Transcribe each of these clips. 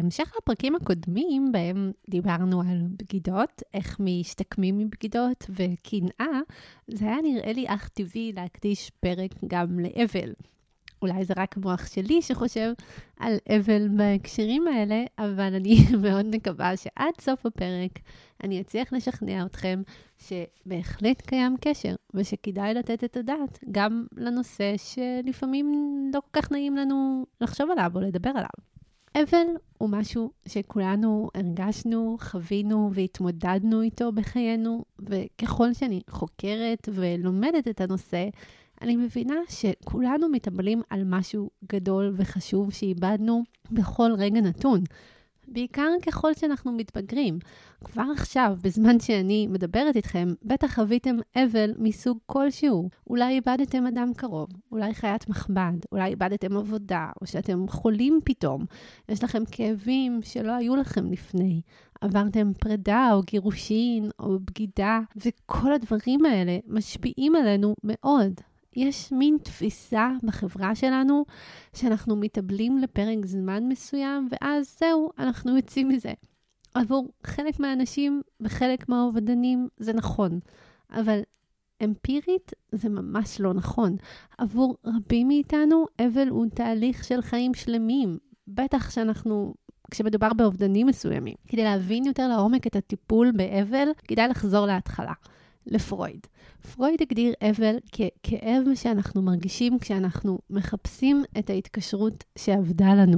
בהמשך לפרקים הקודמים, בהם דיברנו על בגידות, איך משתקמים מבגידות וקנאה, זה היה נראה לי אך טבעי להקדיש פרק גם לאבל. אולי זה רק מוח שלי שחושב על אבל בהקשרים האלה, אבל אני מאוד מקווה שעד סוף הפרק אני אצליח לשכנע אתכם שבהחלט קיים קשר, ושכדאי לתת את הדעת גם לנושא שלפעמים לא כל כך נעים לנו לחשוב עליו או לדבר עליו. אבל הוא משהו שכולנו הרגשנו, חווינו והתמודדנו איתו בחיינו, וככל שאני חוקרת ולומדת את הנושא, אני מבינה שכולנו מתאבלים על משהו גדול וחשוב שאיבדנו בכל רגע נתון. בעיקר ככל שאנחנו מתבגרים. כבר עכשיו, בזמן שאני מדברת איתכם, בטח חוויתם אבל מסוג כלשהו. אולי איבדתם אדם קרוב, אולי חיית מחמד, אולי איבדתם עבודה, או שאתם חולים פתאום. יש לכם כאבים שלא היו לכם לפני. עברתם פרידה או גירושין או בגידה, וכל הדברים האלה משפיעים עלינו מאוד. יש מין תפיסה בחברה שלנו שאנחנו מתאבלים לפרק זמן מסוים, ואז זהו, אנחנו יוצאים מזה. עבור חלק מהאנשים וחלק מהעובדנים זה נכון, אבל אמפירית זה ממש לא נכון. עבור רבים מאיתנו, אבל הוא תהליך של חיים שלמים, בטח כשמדובר בעובדנים מסוימים. כדי להבין יותר לעומק את הטיפול באבל, כדאי לחזור להתחלה. לפרויד. פרויד הגדיר אבל ככאב שאנחנו מרגישים כשאנחנו מחפשים את ההתקשרות שעבדה לנו.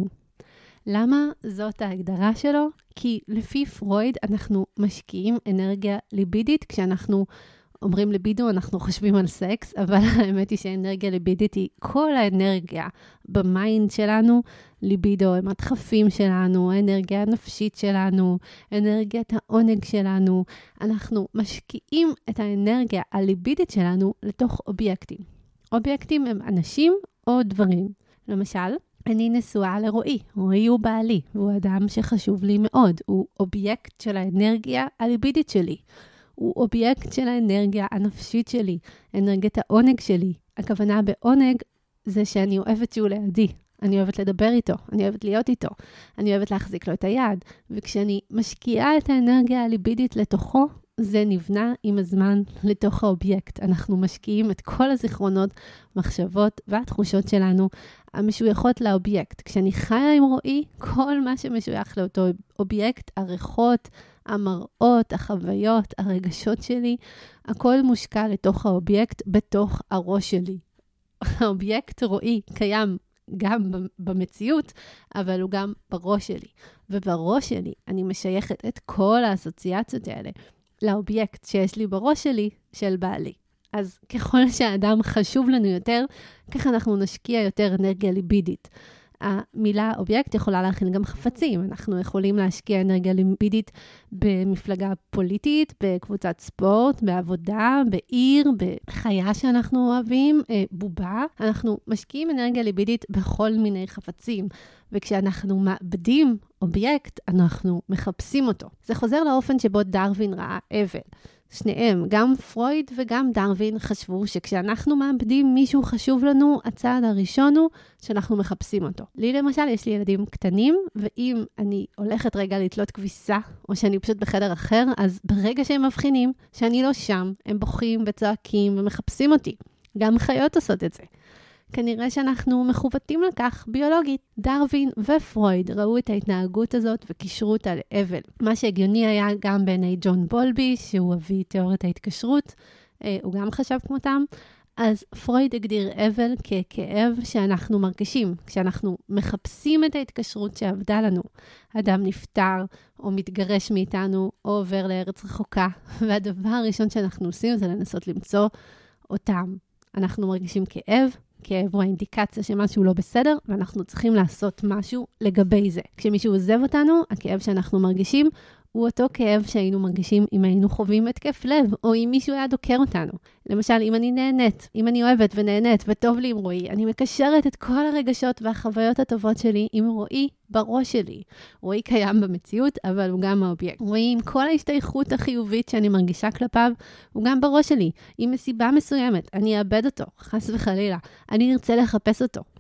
למה זאת ההגדרה שלו? כי לפי פרויד אנחנו משקיעים אנרגיה ליבידית. כשאנחנו אומרים ליבידו אנחנו חושבים על סקס, אבל האמת היא שאנרגיה ליבידית היא כל האנרגיה במיינד שלנו. ליבידו הם הדחפים שלנו, האנרגיה הנפשית שלנו, אנרגיית העונג שלנו. אנחנו משקיעים את האנרגיה הליבידית שלנו לתוך אובייקטים. אובייקטים הם אנשים או דברים. למשל, אני נשואה לרועי. רועי הוא בעלי, הוא אדם שחשוב לי מאוד. הוא אובייקט של האנרגיה הליבידית שלי. הוא אובייקט של האנרגיה הנפשית שלי, אנרגיית העונג שלי. הכוונה בעונג זה שאני אוהבת שהוא לידי. אני אוהבת לדבר איתו, אני אוהבת להיות איתו, אני אוהבת להחזיק לו את היד. וכשאני משקיעה את האנרגיה הליבידית לתוכו, זה נבנה עם הזמן לתוך האובייקט. אנחנו משקיעים את כל הזיכרונות, מחשבות והתחושות שלנו המשויכות לאובייקט. כשאני חיה עם רועי, כל מה שמשוייך לאותו אובייקט, הריחות, המראות, החוויות, הרגשות שלי, הכל מושקע לתוך האובייקט בתוך הראש שלי. האובייקט רועי קיים גם במציאות, אבל הוא גם בראש שלי. ובראש שלי אני משייכת את כל האסוציאציות האלה לאובייקט שיש לי בראש שלי של בעלי. אז ככל שהאדם חשוב לנו יותר, ככה אנחנו נשקיע יותר אנרגיה ליבידית. המילה אובייקט יכולה להכיל גם חפצים. אנחנו יכולים להשקיע אנרגיה ליבידית במפלגה פוליטית, בקבוצת ספורט, בעבודה, בעיר, בחיה שאנחנו אוהבים, בובה. אנחנו משקיעים אנרגיה ליבידית בכל מיני חפצים. וכשאנחנו מאבדים אובייקט, אנחנו מחפשים אותו. זה חוזר לאופן שבו דרווין ראה אבל. שניהם, גם פרויד וגם דרווין חשבו שכשאנחנו מאבדים מישהו חשוב לנו, הצעד הראשון הוא שאנחנו מחפשים אותו. לי למשל יש לי ילדים קטנים, ואם אני הולכת רגע לתלות כביסה, או שאני פשוט בחדר אחר, אז ברגע שהם מבחינים שאני לא שם, הם בוכים וצועקים ומחפשים אותי. גם חיות עושות את זה. כנראה שאנחנו מחוותים לכך ביולוגית. דרווין ופרויד ראו את ההתנהגות הזאת וקישרו אותה לאבל. מה שהגיוני היה גם בעיני ג'ון בולבי, שהוא אבי תיאוריית ההתקשרות, הוא גם חשב כמותם. אז פרויד הגדיר אבל ככאב שאנחנו מרגישים, כשאנחנו מחפשים את ההתקשרות שעבדה לנו. אדם נפטר או מתגרש מאיתנו או עובר לארץ רחוקה, והדבר הראשון שאנחנו עושים זה לנסות למצוא אותם. אנחנו מרגישים כאב, כאב הוא האינדיקציה שמשהו לא בסדר, ואנחנו צריכים לעשות משהו לגבי זה. כשמישהו עוזב אותנו, הכאב שאנחנו מרגישים הוא אותו כאב שהיינו מרגישים אם היינו חווים התקף לב, או אם מישהו היה דוקר אותנו. למשל, אם אני נהנית, אם אני אוהבת ונהנית וטוב לי עם רועי, אני מקשרת את כל הרגשות והחוויות הטובות שלי עם רועי בראש שלי. רועי קיים במציאות, אבל הוא גם האובייקט. רועי עם כל ההשתייכות החיובית שאני מרגישה כלפיו, הוא גם בראש שלי. עם מסיבה מסוימת, אני אאבד אותו, חס וחלילה. אני ארצה לחפש אותו.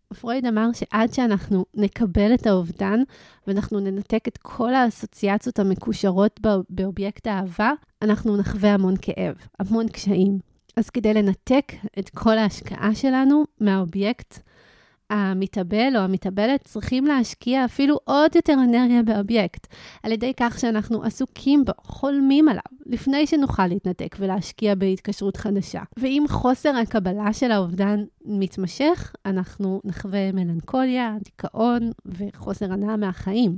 פרויד אמר שעד שאנחנו נקבל את האובדן, ואנחנו ננתק את כל האסוציאציות המקושרות באובייקט האהבה, אנחנו נחווה המון כאב, המון קשיים. אז כדי לנתק את כל ההשקעה שלנו מהאובייקט, המתאבל או המתאבלת צריכים להשקיע אפילו עוד יותר אנרגיה באובייקט, על ידי כך שאנחנו עסוקים בו, חולמים עליו, לפני שנוכל להתנתק ולהשקיע בהתקשרות חדשה. ואם חוסר הקבלה של האובדן מתמשך, אנחנו נחווה מלנכוליה, דיכאון וחוסר הנאה מהחיים.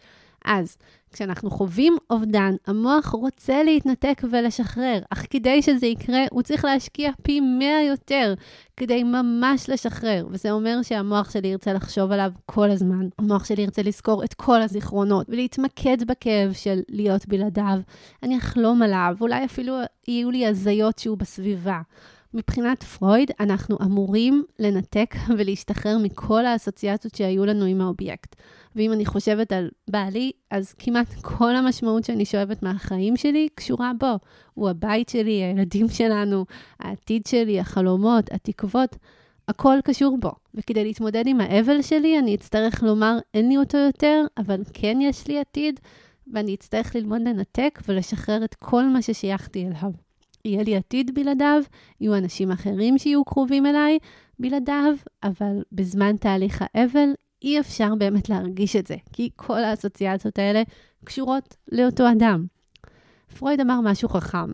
אז כשאנחנו חווים אובדן, המוח רוצה להתנתק ולשחרר, אך כדי שזה יקרה, הוא צריך להשקיע פי 100 יותר, כדי ממש לשחרר. וזה אומר שהמוח שלי ירצה לחשוב עליו כל הזמן. המוח שלי ירצה לזכור את כל הזיכרונות, ולהתמקד בכאב של להיות בלעדיו. אני אחלום עליו, אולי אפילו יהיו לי הזיות שהוא בסביבה. מבחינת פרויד, אנחנו אמורים לנתק ולהשתחרר מכל האסוציאציות שהיו לנו עם האובייקט. ואם אני חושבת על בעלי, אז כמעט כל המשמעות שאני שואבת מהחיים שלי קשורה בו. הוא הבית שלי, הילדים שלנו, העתיד שלי, החלומות, התקוות, הכל קשור בו. וכדי להתמודד עם האבל שלי, אני אצטרך לומר, אין לי אותו יותר, אבל כן יש לי עתיד, ואני אצטרך ללמוד לנתק ולשחרר את כל מה ששייכתי אליו. יהיה לי עתיד בלעדיו, יהיו אנשים אחרים שיהיו קרובים אליי בלעדיו, אבל בזמן תהליך האבל אי אפשר באמת להרגיש את זה, כי כל האסוציאציות האלה קשורות לאותו אדם. פרויד אמר משהו חכם,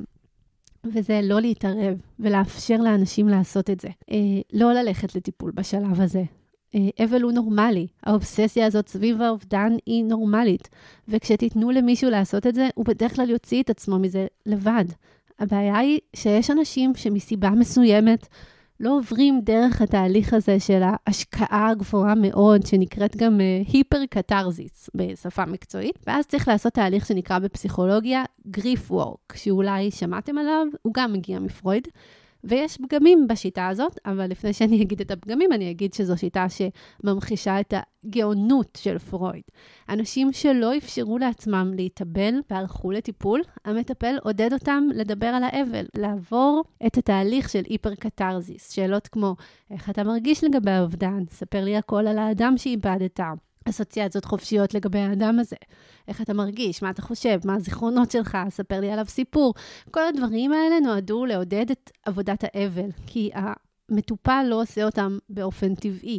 וזה לא להתערב ולאפשר לאנשים לעשות את זה. לא ללכת לטיפול בשלב הזה. אבל הוא נורמלי. האובססיה הזאת סביב האובדן היא נורמלית, וכשתיתנו למישהו לעשות את זה, הוא בדרך כלל יוציא את עצמו מזה לבד. הבעיה היא שיש אנשים שמסיבה מסוימת לא עוברים דרך התהליך הזה של ההשקעה הגבוהה מאוד, שנקראת גם היפר-קטרזיס בשפה מקצועית, ואז צריך לעשות תהליך שנקרא בפסיכולוגיה גריף וורק, שאולי שמעתם עליו, הוא גם מגיע מפרויד, ויש פגמים בשיטה הזאת, אבל לפני שאני אגיד את הפגמים, אני אגיד שזו שיטה שממחישה את הגאונות של פרויד. אנשים שלא אפשרו לעצמם להתאבל והלכו לטיפול, המטפל עודד אותם לדבר על האבל, לעבור את התהליך של היפר-קטרזיס. שאלות כמו, איך אתה מרגיש לגבי האובדן? ספר לי הכל על האדם שאיבדת. אסוציאציות חופשיות לגבי האדם הזה. איך אתה מרגיש? מה אתה חושב? מה הזיכרונות שלך? ספר לי עליו סיפור. כל הדברים האלה נועדו לעודד את עבודת האבל, כי המטופל לא עושה אותם באופן טבעי.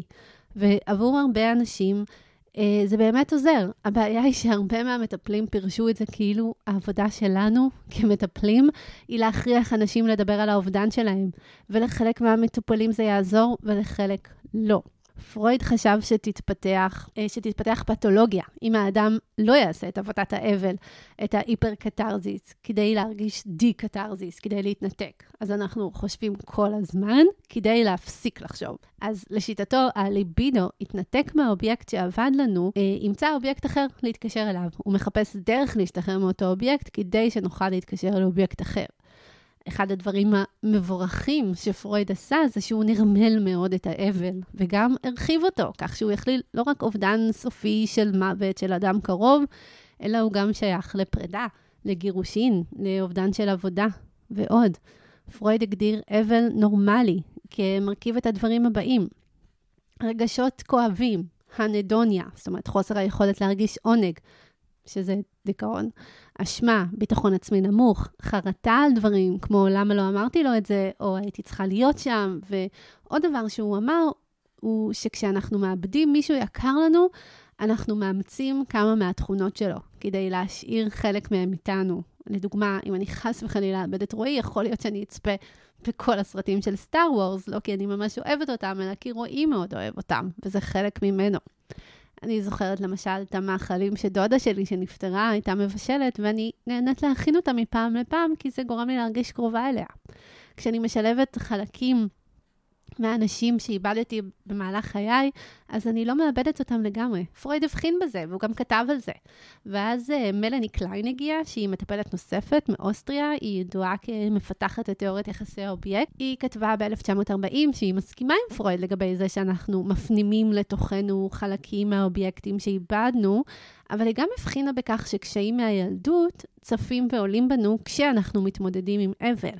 ועבור הרבה אנשים זה באמת עוזר. הבעיה היא שהרבה מהמטפלים פירשו את זה כאילו העבודה שלנו כמטפלים היא להכריח אנשים לדבר על האובדן שלהם. ולחלק מהמטופלים זה יעזור ולחלק לא. פרויד חשב שתתפתח פתולוגיה, אם האדם לא יעשה את עבודת האבל, את ההיפר-קטרזיס, כדי להרגיש די-קטרזיס, כדי להתנתק. אז אנחנו חושבים כל הזמן כדי להפסיק לחשוב. אז לשיטתו, הליבידו התנתק מהאובייקט שעבד לנו, ימצא אובייקט אחר להתקשר אליו. הוא מחפש דרך להשתחרר מאותו אובייקט, כדי שנוכל להתקשר לאובייקט אחר. אחד הדברים המבורכים שפרויד עשה, זה שהוא נרמל מאוד את האבל, וגם הרחיב אותו, כך שהוא יכליל לא רק אובדן סופי של מוות של אדם קרוב, אלא הוא גם שייך לפרידה, לגירושין, לאובדן של עבודה ועוד. פרויד הגדיר אבל נורמלי, כמרכיב את הדברים הבאים. רגשות כואבים, הנדוניה, זאת אומרת חוסר היכולת להרגיש עונג, שזה דיכאון, אשמה, ביטחון עצמי נמוך, חרטה על דברים, כמו למה לא אמרתי לו את זה, או הייתי צריכה להיות שם, ועוד דבר שהוא אמר, הוא שכשאנחנו מאבדים מישהו יקר לנו, אנחנו מאמצים כמה מהתכונות שלו, כדי להשאיר חלק מהם איתנו. לדוגמה, אם אני חס וחלילה לאבד את רועי, יכול להיות שאני אצפה בכל הסרטים של סטאר וורס, לא כי אני ממש אוהבת אותם, אלא כי רועי מאוד אוהב אותם, וזה חלק ממנו. אני זוכרת למשל את המאכלים שדודה שלי שנפטרה הייתה מבשלת, ואני נהנית להכין אותה מפעם לפעם, כי זה גורם לי להרגיש קרובה אליה. כשאני משלבת חלקים מהאנשים שאיבדתי במהלך חיי, אז אני לא מאבדת אותם לגמרי. פרויד הבחין בזה, והוא גם כתב על זה. ואז מלאני קליין הגיעה, שהיא מטפלת נוספת מאוסטריה, היא ידועה כמפתחת את תיאוריית יחסי האובייקט. היא כתבה ב-1940 שהיא מסכימה עם פרויד לגבי זה שאנחנו מפנימים לתוכנו חלקים מהאובייקטים שאיבדנו, אבל היא גם הבחינה בכך שקשיים מהילדות צפים ועולים בנו כשאנחנו מתמודדים עם אבל.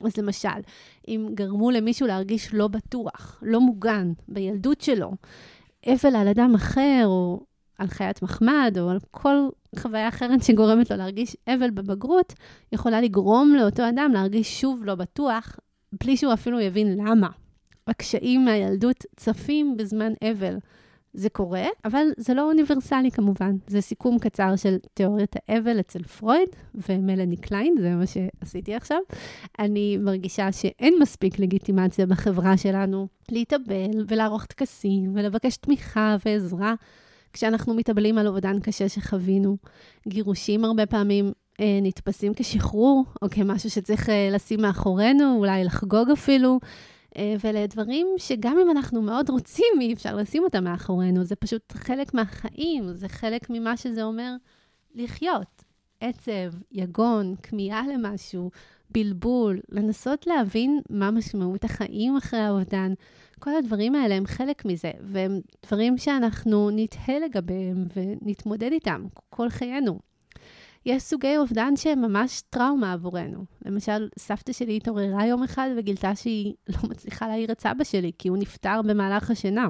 אז למשל, אם גרמו למישהו להרגיש לא בטוח, לא מוגן בילדות שלו, אבל על אדם אחר, או על חיית מחמד, או על כל חוויה אחרת שגורמת לו להרגיש אבל בבגרות, יכולה לגרום לאותו אדם להרגיש שוב לא בטוח, בלי שהוא אפילו יבין למה. הקשיים מהילדות צפים בזמן אבל. זה קורה, אבל זה לא אוניברסלי כמובן. זה סיכום קצר של תיאוריית האבל אצל פרויד ומלאני קליין, זה מה שעשיתי עכשיו. אני מרגישה שאין מספיק לגיטימציה בחברה שלנו להתאבל ולערוך טקסים ולבקש תמיכה ועזרה, כשאנחנו מתאבלים על אובדן קשה שחווינו. גירושים הרבה פעמים נתפסים כשחרור, או כמשהו שצריך לשים מאחורינו, אולי לחגוג אפילו, ולדברים שגם אם אנחנו מאוד רוצים, אי אפשר לשים אותם מאחורינו. זה פשוט חלק מהחיים, זה חלק ממה שזה אומר לחיות. עצב, יגון, כמיהה למשהו, בלבול, לנסות להבין מה משמעות החיים אחרי האובדן. כל הדברים האלה הם חלק מזה, והם דברים שאנחנו נתהה לגביהם ונתמודד איתם כל חיינו. יש סוגי אובדן שהם ממש טראומה עבורנו. למשל, סבתא שלי התעוררה יום אחד וגילתה שהיא לא מצליחה להעיר את סבא שלי, כי הוא נפטר במהלך השינה.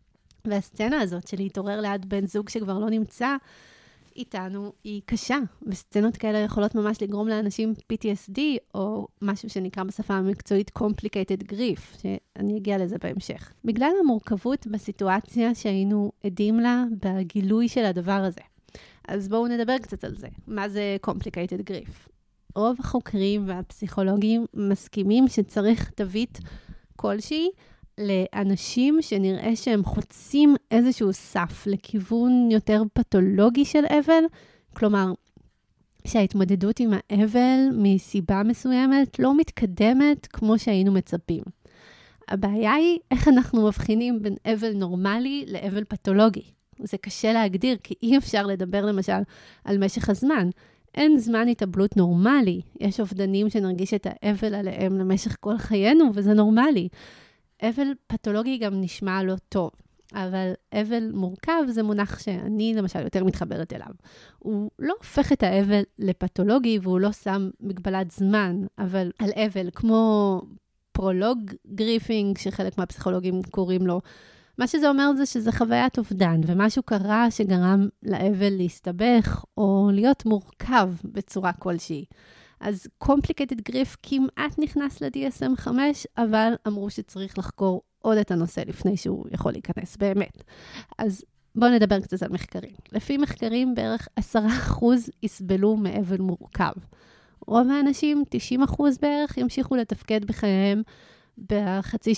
והסצנה הזאת של להתעורר ליד בן זוג שכבר לא נמצא איתנו, היא קשה. וסצנות כאלה יכולות ממש לגרום לאנשים PTSD, או משהו שנקרא בשפה המקצועית Complicated Grief, שאני אגיע לזה בהמשך. בגלל המורכבות בסיטואציה שהיינו עדים לה בגילוי של הדבר הזה. אז בואו נדבר קצת על זה. מה זה Complicated Grief? רוב החוקרים והפסיכולוגים מסכימים שצריך תווית כלשהי לאנשים שנראה שהם חוצים איזשהו סף לכיוון יותר פתולוגי של אבל, כלומר, שההתמודדות עם האבל מסיבה מסוימת לא מתקדמת כמו שהיינו מצפים. הבעיה היא איך אנחנו מבחינים בין אבל נורמלי לאבל פתולוגי. זה קשה להגדיר, כי אי אפשר לדבר למשל על משך הזמן. אין זמן התאבלות נורמלי. יש אובדנים שנרגיש את האבל עליהם למשך כל חיינו, וזה נורמלי. אבל פתולוגי גם נשמע לא טוב, אבל אבל מורכב זה מונח שאני למשל יותר מתחברת אליו. הוא לא הופך את האבל לפתולוגי, והוא לא שם מגבלת זמן, אבל על אבל, כמו פרולוג גריפינג, שחלק מהפסיכולוגים קוראים לו, מה שזה אומר זה שזה חוויית אובדן, ומשהו קרה שגרם לאבל להסתבך, או להיות מורכב בצורה כלשהי. אז Complicated Grief כמעט נכנס ל-DSM-5, אבל אמרו שצריך לחקור עוד את הנושא לפני שהוא יכול להיכנס, באמת. אז בואו נדבר קצת על מחקרים. לפי מחקרים, בערך 10% יסבלו מאבל מורכב. רוב האנשים, 90% בערך, ימשיכו לתפקד בחייהם בחצי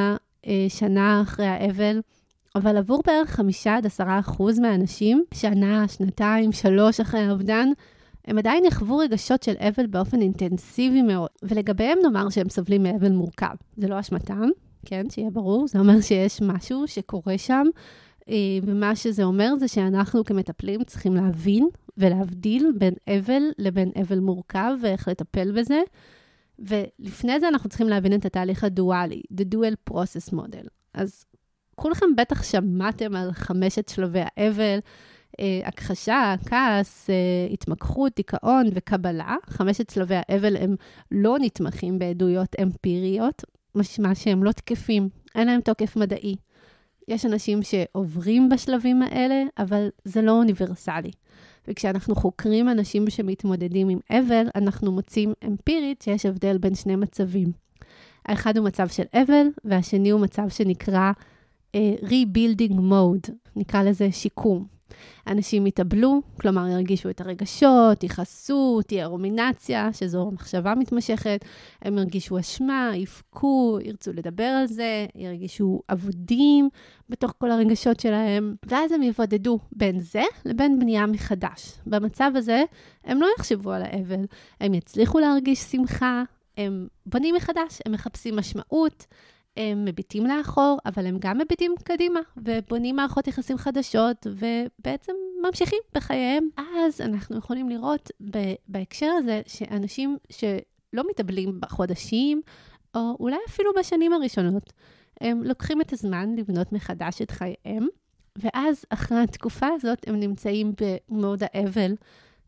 שנה אחרי האבל, אבל עבור בערך 5-10% מהאנשים, שנה, שנתיים, 3 אחרי האובדן, הם עדיין יחוו רגשות של אבל באופן אינטנסיבי מאוד, ולגביהם נאמר שהם סובלים מאבל מורכב. זה לא אשמתם, כן, שיהיה ברור, זה אומר שיש משהו שקורה שם, ומה שזה אומר זה שאנחנו כמטפלים צריכים להבין ולהבדיל בין אבל לבין אבל מורכב, ואיך לטפל בזה, ולפני זה אנחנו צריכים להבין את התהליך הדואלי, the dual process model. אז כולכם בטח שמעתם על 5 שלבי האבל, הכחשה, כעס, התמקחות, דיכאון וקבלה. 5 שלבי האבל הם לא נתמכים בעדויות אמפיריות, משמע שהם לא תקפים, אין להם תוקף מדעי. יש אנשים שעוברים בשלבים האלה, אבל זה לא אוניברסלי. וכשאנחנו חוקרים אנשים שמתמודדים עם אבל, אנחנו מוצאים אמפירית שיש הבדל בין 2 מצבים. האחד הוא מצב של אבל, והשני הוא מצב שנקרא rebuilding mode, נקרא לזה שיקום. אנשים יתאבלו, כלומר ירגישו את הרגשות, יכעסו, תהיה רומינציה, שזו מחשבה מתמשכת, הם ירגישו אשמה, יפקו, ירצו לדבר על זה, ירגישו עבודים בתוך כל הרגשות שלהם, ואז הם יבודדו בין זה לבין בנייה מחדש. במצב הזה הם לא יחשבו על האבל, הם יצליחו להרגיש שמחה, הם בונים מחדש, הם מחפשים משמעות, הם מביטים לאחור, אבל הם גם מביטים קדימה, ובונים מערכות יחסים חדשות, ובעצם ממשיכים בחייהם. אז אנחנו יכולים לראות בהקשר הזה, שאנשים שלא מתאבלים בחודשים, או אולי אפילו בשנים הראשונות, הם לוקחים את הזמן לבנות מחדש את חייהם, ואז אחרי התקופה הזאת הם נמצאים במוד האבל,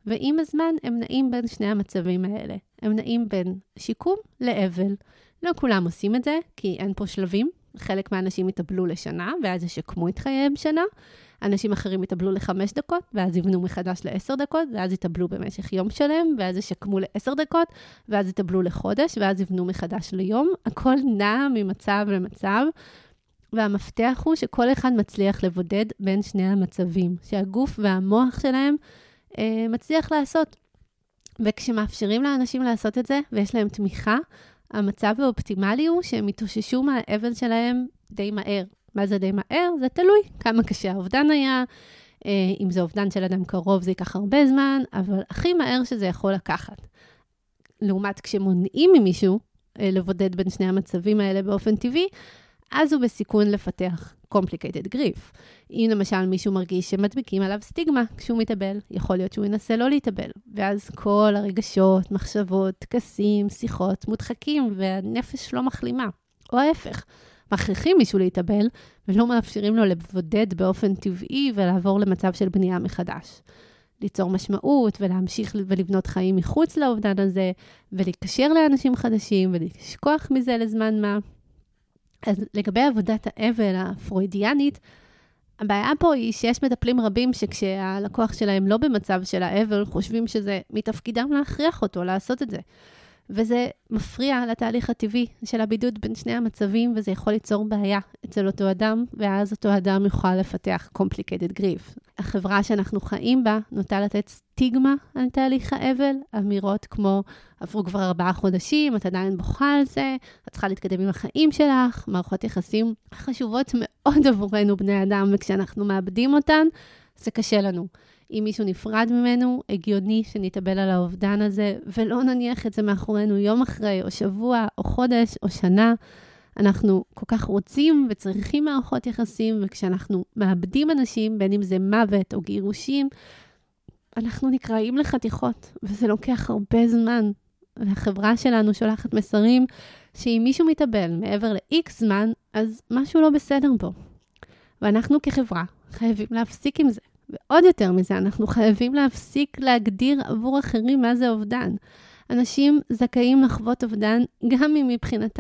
ועם הזמן הם נעים בין שני המצבים האלה. הם נעים בין שיקום לאבל. לא כולם עושים את זה, כי אין פה שלבים. חלק מהאנשים יטבלו לשנה, ואז ישקמו את חייהם שנה. אנשים אחרים יטבלו ל5 דקות, ואז יבנו מחדש ל10 דקות, ואז יטבלו במשך יום שלם, ואז ישקמו ל10 דקות, ואז יטבלו לחודש, ואז יבנו מחדש ליום. הכל נע ממצב למצב, והמפתח הוא שכל אחד מצליח לבודד בין שני המצבים, שהגוף והמוח שלהם מצליח לעשות. וכשמאפשרים לאנשים לעשות את זה, ויש להם תמיכה, המצב האופטימלי הוא שהם יתאוששו מהאבל שלהם די מהר. מה זה די מהר? זה תלוי כמה קשה האובדן היה. אם זה אובדן של אדם קרוב, זה ייקח הרבה זמן, אבל הכי מהר שזה יכול לקחת. לעומת כשמונעים ממישהו לבודד בין שני המצבים האלה באופן טבעי, אז הוא בסיכון לפתח complicated grief. אם למשל מישהו מרגיש שמדביקים עליו סטיגמה כשהוא מתאבל, יכול להיות שהוא ינסה לא להתאבל. ואז כל הרגשות, מחשבות, תקסים, שיחות, מודחקים, והנפש לא מחלימה. או ההפך, מכריחים מישהו להתאבל, ולא מאפשרים לו לבודד באופן טבעי ולעבור למצב של בנייה מחדש. ליצור משמעות ולהמשיך ולבנות חיים מחוץ לאובדן הזה, ולהיקשר לאנשים חדשים ולשכוח מזה לזמן מה. אז לגבי עבודת האבל הפרוידיאנית, הבעיה פה היא שיש מטפלים רבים שכשהלקוח שלהם לא במצב של האבל, חושבים שזה מתפקידם להכריח אותו לעשות את זה. וזה מפריע לתהליך הטבעי של הבידוד בין שני המצבים, וזה יכול ליצור בעיה אצל אותו אדם, ואז אותו אדם יוכל לפתח complicated grief. החברה שאנחנו חיים בה נוטה לתת סטיגמה על תהליך האבל, אמירות כמו, עברו כבר 4 חודשים, את עדיין בוכה על זה, את צריכה להתקדם עם החיים שלך, מערכות יחסים חשובות מאוד עבורנו בני אדם, וכשאנחנו מאבדים אותן, זה קשה לנו. אם מישהו נפרד ממנו, הגיוני שנתאבל על האובדן הזה, ולא נניח את זה מאחורינו יום אחרי, או שבוע, או חודש, או שנה. אנחנו כל כך רוצים וצריכים מערכות יחסים, וכשאנחנו מאבדים אנשים, בין אם זה מוות או גירושים, אנחנו נקראים לחתיכות, וזה לוקח הרבה זמן. והחברה שלנו שולחת מסרים, שאם מישהו מתאבל מעבר ל-X זמן, אז משהו לא בסדר בו. ואנחנו כחברה חייבים להפסיק עם זה. ועוד יותר מזה, אנחנו חייבים להפסיק להגדיר עבור אחרים מה זה אובדן. אנשים זכאים לחוות אובדן, גם אם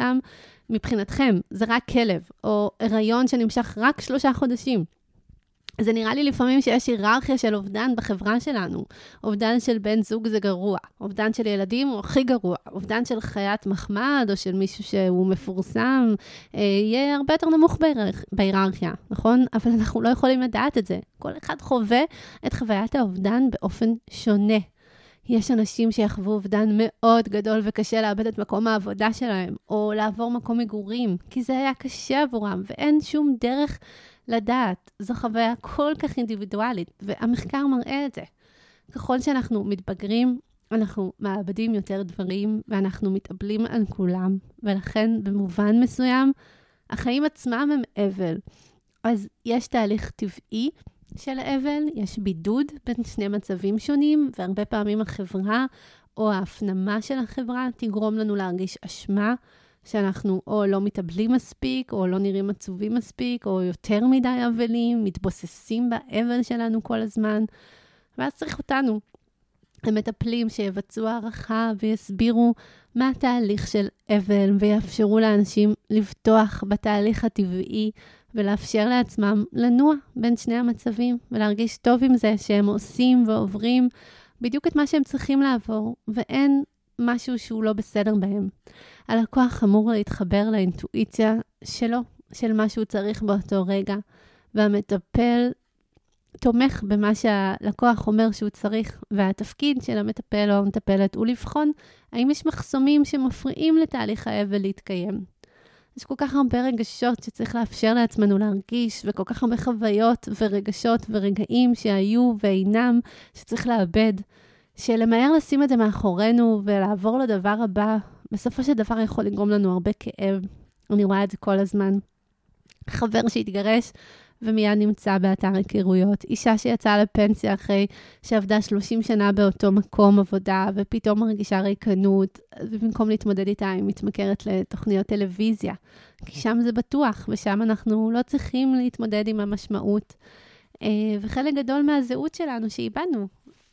מבחינתכם, זה רק כלב, או הריון שנמשך רק 3 חודשים. זה נראה לי לפעמים שיש היררכיה של אובדן בחברה שלנו. אובדן של בן זוג זה גרוע. אובדן של ילדים הוא הכי גרוע. אובדן של חיית מחמד או של מישהו שהוא מפורסם, יהיה הרבה יותר נמוך בהיררכיה, נכון? אבל אנחנו לא יכולים לדעת את זה. כל אחד חווה את חוויית האובדן באופן שונה. יש אנשים שיחוו אובדן מאוד גדול וקשה לאבד את מקום העבודה שלהם, או לעבור מקום מגורים, כי זה היה קשה עבורם, ואין שום דרך לדעת. זו חוויה כל כך אינדיבידואלית, והמחקר מראה את זה. ככל שאנחנו מתבגרים, אנחנו מאבדים יותר דברים, ואנחנו מתאבלים על כולם, ולכן במובן מסוים, החיים עצמם הם אבל. אז יש תהליך טבעי של אבל, יש בידוד בין שני מצבים שונים, והרבה פעמים החברה או ההפנמה של החברה תגרום לנו להרגיש אשמה, שאנחנו או לא מתאבלים מספיק, או לא נראים עצובים מספיק, או יותר מדי אבלים, מתבוססים באבל שלנו כל הזמן. ואז צריך אותנו, המטפלים שיבצעו הערכה ויסבירו מה התהליך של אבל, ויאפשרו לאנשים לבטוח בתהליך הטבעי, ולאפשר לעצמם לנוע בין שני המצבים, ולהרגיש טוב עם זה שהם עושים ועוברים בדיוק את מה שהם צריכים לעבור, ואין משהו שהוא לא בסדר בהם. הלקוח אמור להתחבר לאינטואיציה שלו, של מה שהוא צריך באותו רגע, והמטפל תומך במה שהלקוח אומר שהוא צריך, והתפקיד של המטפל או המטפלת הוא לבחון האם יש מחסומים שמפריעים לתהליך האבל להתקיים. יש כל כך הרבה רגשות שצריך לאפשר לעצמנו להרגיש, וכל כך הרבה חוויות ורגשות ורגעים שהיו ואינם, שצריך לאבד, שלמהר לשים את זה מאחורינו ולעבור לדבר הבא, בסופו של דבר יכול לגרום לנו הרבה כאב. אני רואה את זה כל הזמן. חבר שהתגרש ומיד נמצא באתר היכרויות. אישה שיצאה לפנסיה אחרי שעבדה 30 שנה באותו מקום עבודה, ופתאום מרגישה ריקנות, ובמקום להתמודד איתה, היא מתמכרת לתוכניות טלוויזיה. כי שם זה בטוח, ושם אנחנו לא צריכים להתמודד עם המשמעות. וחלק גדול מהזהות שלנו שאיבדנו,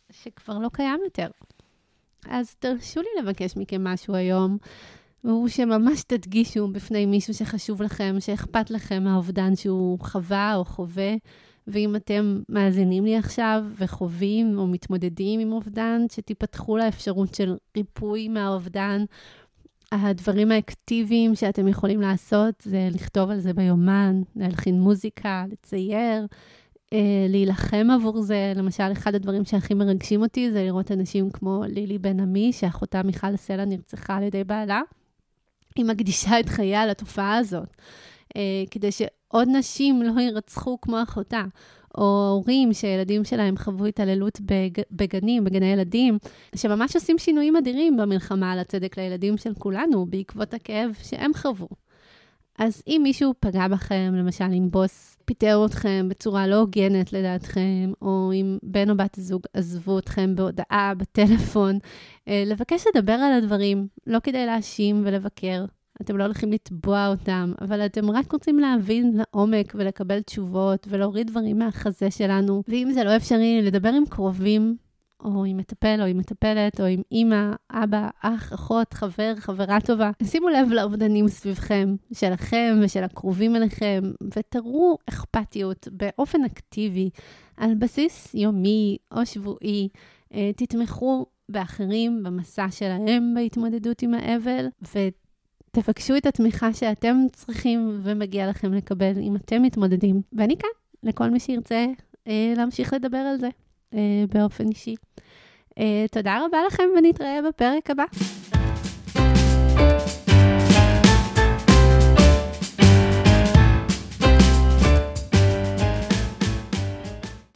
שכבר לא קיים יותר. אז תרשו לי לבקש מכם משהו היום, והוא שממש תדגישו בפני מישהו שחשוב לכם, שאכפת לכם מהאובדן שהוא חווה או חווה, ואם אתם מאזינים לי עכשיו וחווים או מתמודדים עם אובדן, שתיפתחו לאפשרות של ריפוי מהאובדן. הדברים האקטיביים שאתם יכולים לעשות זה לכתוב על זה ביומן, להלחין מוזיקה, לצייר, להילחם עבור זה. למשל, אחד הדברים שהכי מרגשים אותי זה לראות אנשים כמו לילי בן עמי, שאחותה מיכל סלע נרצחה על ידי בעלה. היא מקדישה את חייה לתופעה הזאת, כדי שעוד נשים לא יירצחו כמו אחותה, או הורים שילדים שלהם חוו התעללות בגני ילדים, שממש עושים שינויים אדירים במלחמה על הצדק לילדים של כולנו, בעקבות הכאב שהם חוו. אז אם מישהו פגע בכם, למשל אם בוס פיטר אתכם בצורה לא הוגנת לדעתכם, או אם בן או בת הזוג עזבו אתכם בהודעה, בטלפון, לבקש לדבר על הדברים, לא כדי להאשים ולבקר. אתם לא הולכים לתבוע אותם, אבל אתם רק רוצים להבין לעומק ולקבל תשובות ולהוריד דברים מהחזה שלנו. ואם זה לא אפשרי, לדבר עם קרובים, או עם מטפל או עם מטפלת, או עם אמא, אבא, אח, אחות, חבר, חברה טובה. שימו לב לאובדנים סביבכם, שלכם ושל הקרובים אליכם, ותראו אכפתיות באופן אקטיבי, על בסיס יומי או שבועי. תתמכו באחרים במסע שלהם בהתמודדות עם האבל, ותבקשו את התמיכה שאתם צריכים ומגיע לכם לקבל אם אתם מתמודדים. ואני כאן, לכל מי שירצה להמשיך לדבר על זה באופן אישי. תודה רבה לכם ונתראה בפרק הבא.